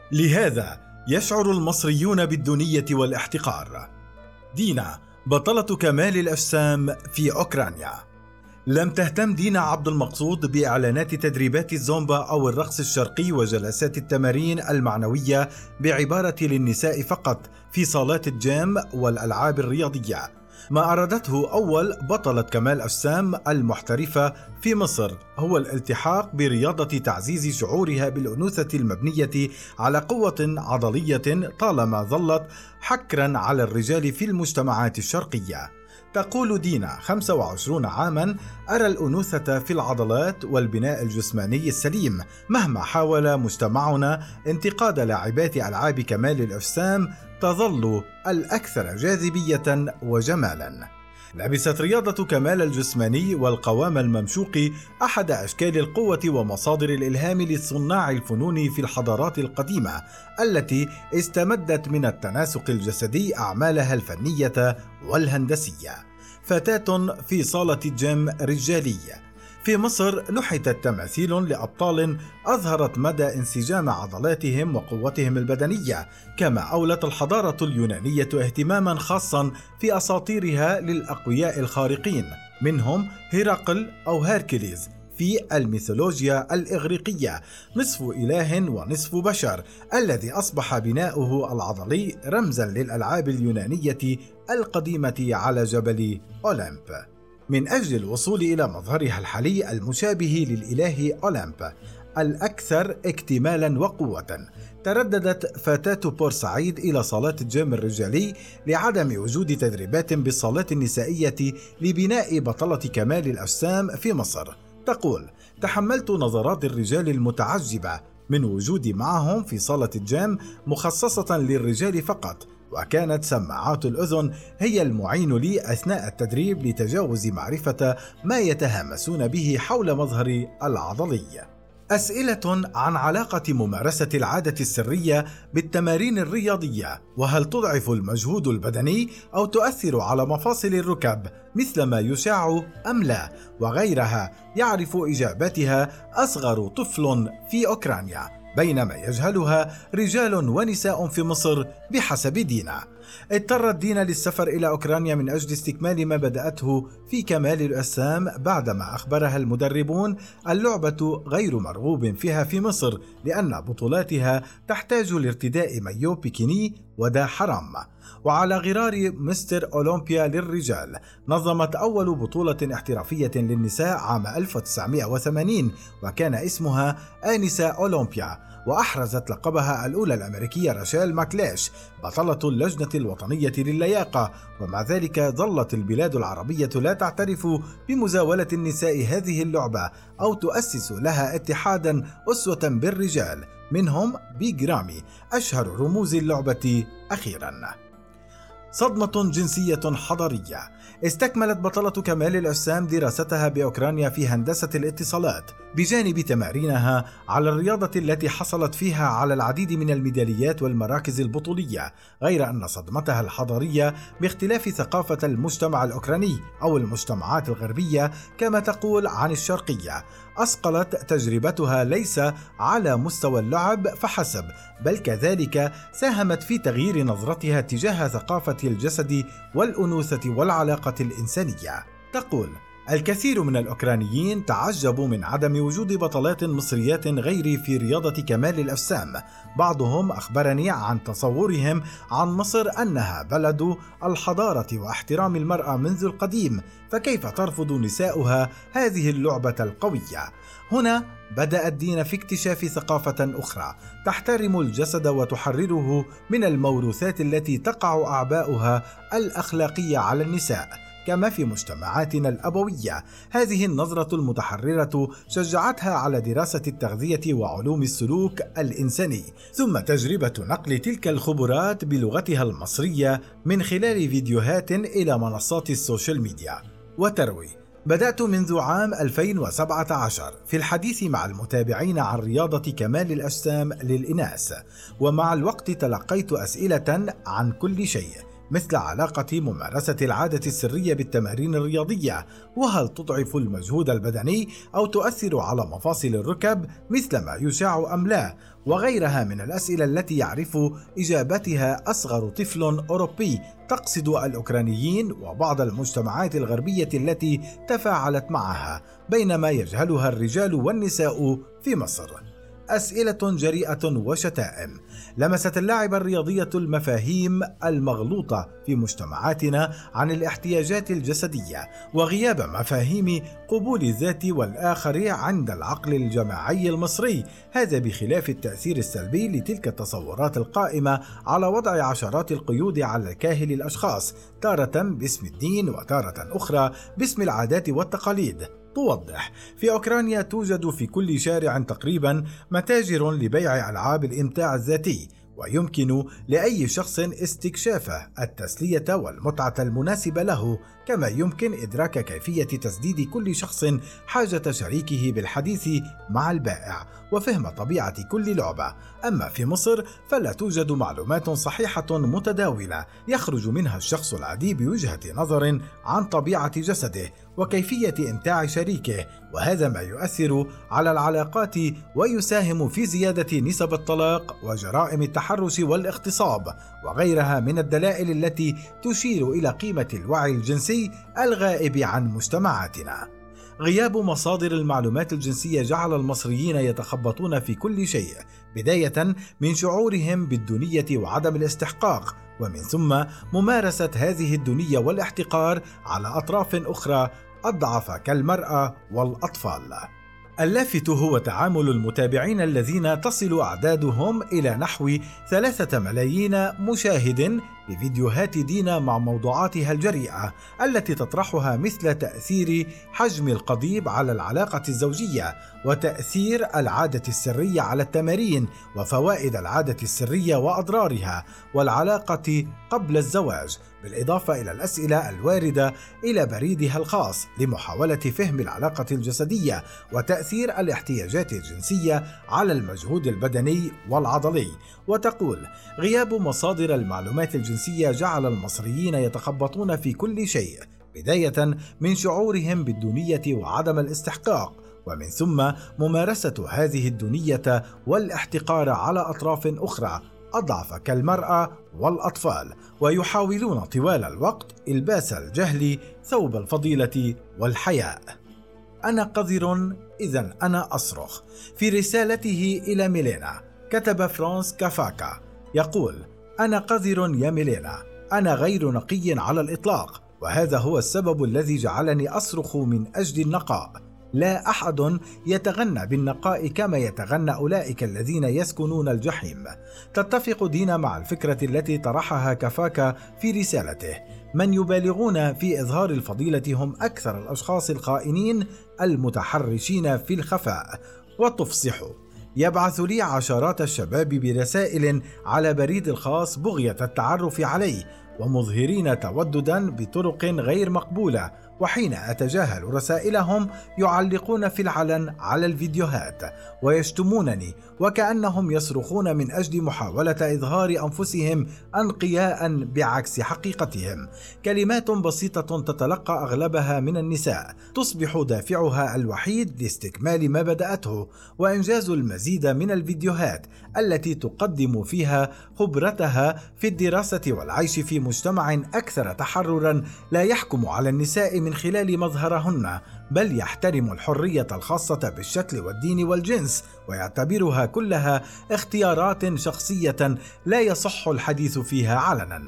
لهذا يشعر المصريون بالدونية والاحتقار. دينا بطلة كمال الأجسام في أوكرانيا. لم تهتم دينا عبد المقصود بإعلانات تدريبات الزومبا أو الرقص الشرقي وجلسات التمارين المعنوية بعبارة للنساء فقط في صالات الجيم والألعاب الرياضية. ما أرادته أول بطلة كمال أجسام المحترفة في مصر هو الالتحاق برياضة تعزيز شعورها بالأنوثة المبنية على قوة عضلية طالما ظلت حكرا على الرجال في المجتمعات الشرقية. تقول دينا 25 عاما: أرى الأنوثة في العضلات والبناء الجسماني السليم. مهما حاول مجتمعنا انتقاد لاعبات ألعاب كمال الأجسام تظل الأكثر جاذبية وجمالا. لبست رياضة كمال الجسماني والقوام الممشوق أحد أشكال القوة ومصادر الإلهام لصناع الفنون في الحضارات القديمة التي استمدت من التناسق الجسدي أعمالها الفنية والهندسية. فتاة في صالة جيم رجالية. في مصر نحتت تماثيل لأبطال أظهرت مدى انسجام عضلاتهم وقوتهم البدنية، كما أولت الحضارة اليونانية اهتماما خاصا في أساطيرها للأقوياء الخارقين، منهم هرقل أو هيركليز في الميثولوجيا الإغريقية، نصف إله ونصف بشر، الذي أصبح بناؤه العضلي رمزا للألعاب اليونانية القديمة على جبل أولمب. من أجل الوصول إلى مظهرها الحالي المشابه للإله أولمب الأكثر اكتمالا وقوة، ترددت فتاة بورسعيد إلى صالات الجيم الرجالي لعدم وجود تدريبات بالصالات النسائية لبناء بطلة كمال الأجسام في مصر. تقول: تحملت نظرات الرجال المتعجبة من وجودي معهم في صالة الجيم مخصصة للرجال فقط، وكانت سماعات الأذن هي المعين لي أثناء التدريب لتجاوز معرفة ما يتهامسون به حول مظهري العضلي. أسئلة عن علاقة ممارسة العادة السرية بالتمارين الرياضية، وهل تضعف المجهود البدني أو تؤثر على مفاصل الركب مثل ما يشاع أم لا، وغيرها يعرف إجاباتها أصغر طفل في أوكرانيا، بينما يجهلها رجال ونساء في مصر بحسب دينا. اضطرت دينا للسفر إلى أوكرانيا من أجل استكمال ما بدأته في كمال الأجسام، بعدما أخبرها المدربون اللعبة غير مرغوب فيها في مصر لأن بطولاتها تحتاج لارتداء مايو بيكيني وده حرام. وعلى غرار مستر أولمبيا للرجال نظمت أول بطولة احترافية للنساء عام 1980 وكان اسمها آنسة أولمبيا، وأحرزت لقبها الأولى الأمريكية راشيل ماكليش بطلة اللجنة الوطنية للياقة. ومع ذلك ظلت البلاد العربية لا تعترف بمزاولة النساء هذه اللعبة أو تؤسس لها اتحادا أسوة بالرجال، منهم بيج رامي أشهر رموز اللعبة أخيرا. صدمة جنسية حضارية. استكملت بطلة كمال الأجسام دراستها بأوكرانيا في هندسة الاتصالات بجانب تمارينها على الرياضة التي حصلت فيها على العديد من الميداليات والمراكز البطولية، غير أن صدمتها الحضارية باختلاف ثقافة المجتمع الأوكراني أو المجتمعات الغربية كما تقول عن الشرقية أصقلت تجربتها ليس على مستوى اللعب فحسب، بل كذلك ساهمت في تغيير نظرتها تجاه ثقافة الجسد والأنوثة والعلاقة الإنسانية. تقول: الكثير من الأوكرانيين تعجبوا من عدم وجود بطلات مصريات غيري في رياضة كمال الأجسام. بعضهم أخبرني عن تصورهم عن مصر أنها بلد الحضارة واحترام المرأة منذ القديم، فكيف ترفض نساؤها هذه اللعبة القوية؟ هنا بدأت دينا في اكتشاف ثقافة أخرى تحترم الجسد وتحرره من الموروثات التي تقع أعباؤها الأخلاقية على النساء كما في مجتمعاتنا الأبوية. هذه النظرة المتحررة شجعتها على دراسة التغذية وعلوم السلوك الإنساني، ثم تجربة نقل تلك الخبرات بلغتها المصرية من خلال فيديوهات إلى منصات السوشيال ميديا. وتروي: بدأت منذ عام 2017 في الحديث مع المتابعين عن رياضة كمال الأجسام للإناث، ومع الوقت تلقيت أسئلة عن كل شيء مثل علاقة ممارسة العادة السرية بالتمارين الرياضية، وهل تضعف المجهود البدني أو تؤثر على مفاصل الركب مثل ما يشاع أم لا، وغيرها من الأسئلة التي يعرف إجابتها أصغر طفل أوروبي، تقصد الأوكرانيين وبعض المجتمعات الغربية التي تفاعلت معها، بينما يجهلها الرجال والنساء في مصر. أسئلة جريئة وشتائم. لمست اللاعبة الرياضية المفاهيم المغلوطة في مجتمعاتنا عن الاحتياجات الجسدية وغياب مفاهيم قبول الذات والآخر عند العقل الجماعي المصري، هذا بخلاف التأثير السلبي لتلك التصورات القائمة على وضع عشرات القيود على كاهل الأشخاص، تارة باسم الدين وتارة أخرى باسم العادات والتقاليد. توضح: في أوكرانيا توجد في كل شارع تقريبا متاجر لبيع ألعاب الإمتاع الذاتي، ويمكن لأي شخص استكشاف التسلية والمتعة المناسبة له، كما يمكن إدراك كيفية تسديد كل شخص حاجة شريكه بالحديث مع البائع وفهم طبيعة كل لعبة. أما في مصر فلا توجد معلومات صحيحة متداولة يخرج منها الشخص العادي بوجهة نظر عن طبيعة جسده وكيفية إمتاع شريكه، وهذا ما يؤثر على العلاقات ويساهم في زيادة نسب الطلاق وجرائم التحرش والاغتصاب وغيرها من الدلائل التي تشير إلى قيمة الوعي الجنسي الغائب عن مجتمعاتنا. غياب مصادر المعلومات الجنسية جعل المصريين يتخبطون في كل شيء، بداية من شعورهم بالدونية وعدم الاستحقاق، ومن ثم ممارسة هذه الدونية والاحتقار على أطراف أخرى أضعف كالمرأة والأطفال. اللافت هو تعامل المتابعين الذين تصل أعدادهم إلى نحو 3 ملايين مشاهد لفيديوهات دينا مع موضوعاتها الجريئة التي تطرحها، مثل تأثير حجم القضيب على العلاقة الزوجية، وتأثير العادة السرية على التمارين، وفوائد العادة السرية وأضرارها، والعلاقة قبل الزواج، بالإضافة إلى الأسئلة الواردة إلى بريدها الخاص لمحاولة فهم العلاقة الجسدية وتأثير الاحتياجات الجنسية على المجهود البدني والعضلي. وتقول: غياب مصادر المعلومات الجنسية جعل المصريين يتخبطون في كل شيء، بداية من شعورهم بالدونية وعدم الاستحقاق، ومن ثم ممارسة هذه الدونية والاحتقار على أطراف أخرى أضعف كالمرأة والأطفال، ويحاولون طوال الوقت إلباس الجهل ثوب الفضيلة والحياء. أنا قذر إذن أنا أصرخ. في رسالته إلى ميلينا كتب فرانس كافاكا يقول: أنا قذر يا ميلينا، أنا غير نقي على الإطلاق، وهذا هو السبب الذي جعلني أصرخ من أجل النقاء. لا أحد يتغنى بالنقاء كما يتغنى أولئك الذين يسكنون الجحيم. تتفق دينا مع الفكرة التي طرحها كافاكا في رسالته: من يبالغون في إظهار الفضيلة هم أكثر الأشخاص الخائنين المتحرشين في الخفاء. وتفصح: يبعث لي عشرات الشباب برسائل على بريد الخاص بغية التعرف علي، ومظهرين توددا بطرق غير مقبولة، وحين أتجاهل رسائلهم يعلقون في العلن على الفيديوهات ويشتمونني وكأنهم يصرخون من أجل محاولة إظهار أنفسهم أنقياء بعكس حقيقتهم. كلمات بسيطة تتلقى أغلبها من النساء، تصبح دافعها الوحيد لاستكمال ما بدأته وإنجاز المزيد من الفيديوهات التي تقدم فيها خبرتها في الدراسة والعيش في مجتمع أكثر تحررا لا يحكم على النساء من خلال مظهرهن، بل يحترم الحرية الخاصة بالشكل والدين والجنس ويعتبرها كلها اختيارات شخصية لا يصح الحديث فيها علنا.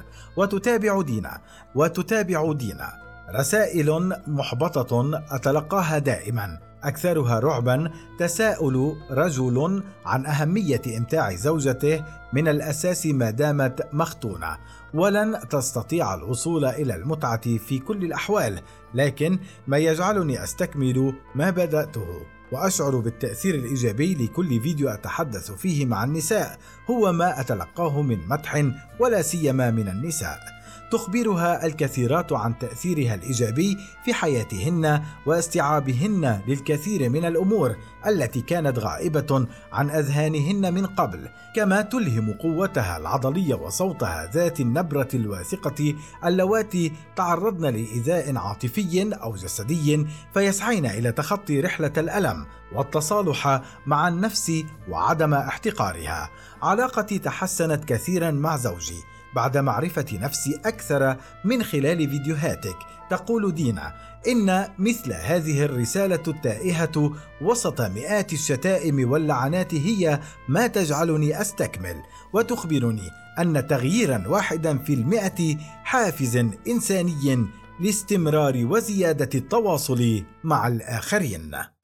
وتتابع دينا رسائل محبطة أتلقاها دائما، أكثرها رعبا. تساؤل رجل عن أهمية إمتاع زوجته من الأساس ما دامت مختونة، ولن تستطيع الوصول إلى المتعة في كل الأحوال، لكن ما يجعلني أستكمل ما بدأته وأشعر بالتأثير الإيجابي لكل فيديو أتحدث فيه مع النساء هو ما أتلقاه من مدح، ولا سيما من النساء. تخبرها الكثيرات عن تأثيرها الإيجابي في حياتهن واستيعابهن للكثير من الأمور التي كانت غائبة عن أذهانهن من قبل، كما تلهم قوتها العضلية وصوتها ذات النبرة الواثقة اللواتي تعرضن لإيذاء عاطفي أو جسدي فيسعين إلى تخطي رحلة الألم والتصالح مع النفس وعدم احتقارها. علاقتي تحسنت كثيرا مع زوجي بعد معرفة نفسي أكثر من خلال فيديوهاتك. تقول دينا إن مثل هذه الرسالة التائهة وسط مئات الشتائم واللعنات هي ما تجعلني أستكمل، وتخبرني أن تغييرا واحدا في 100 حافز إنساني لاستمرار وزيادة التواصل مع الآخرين.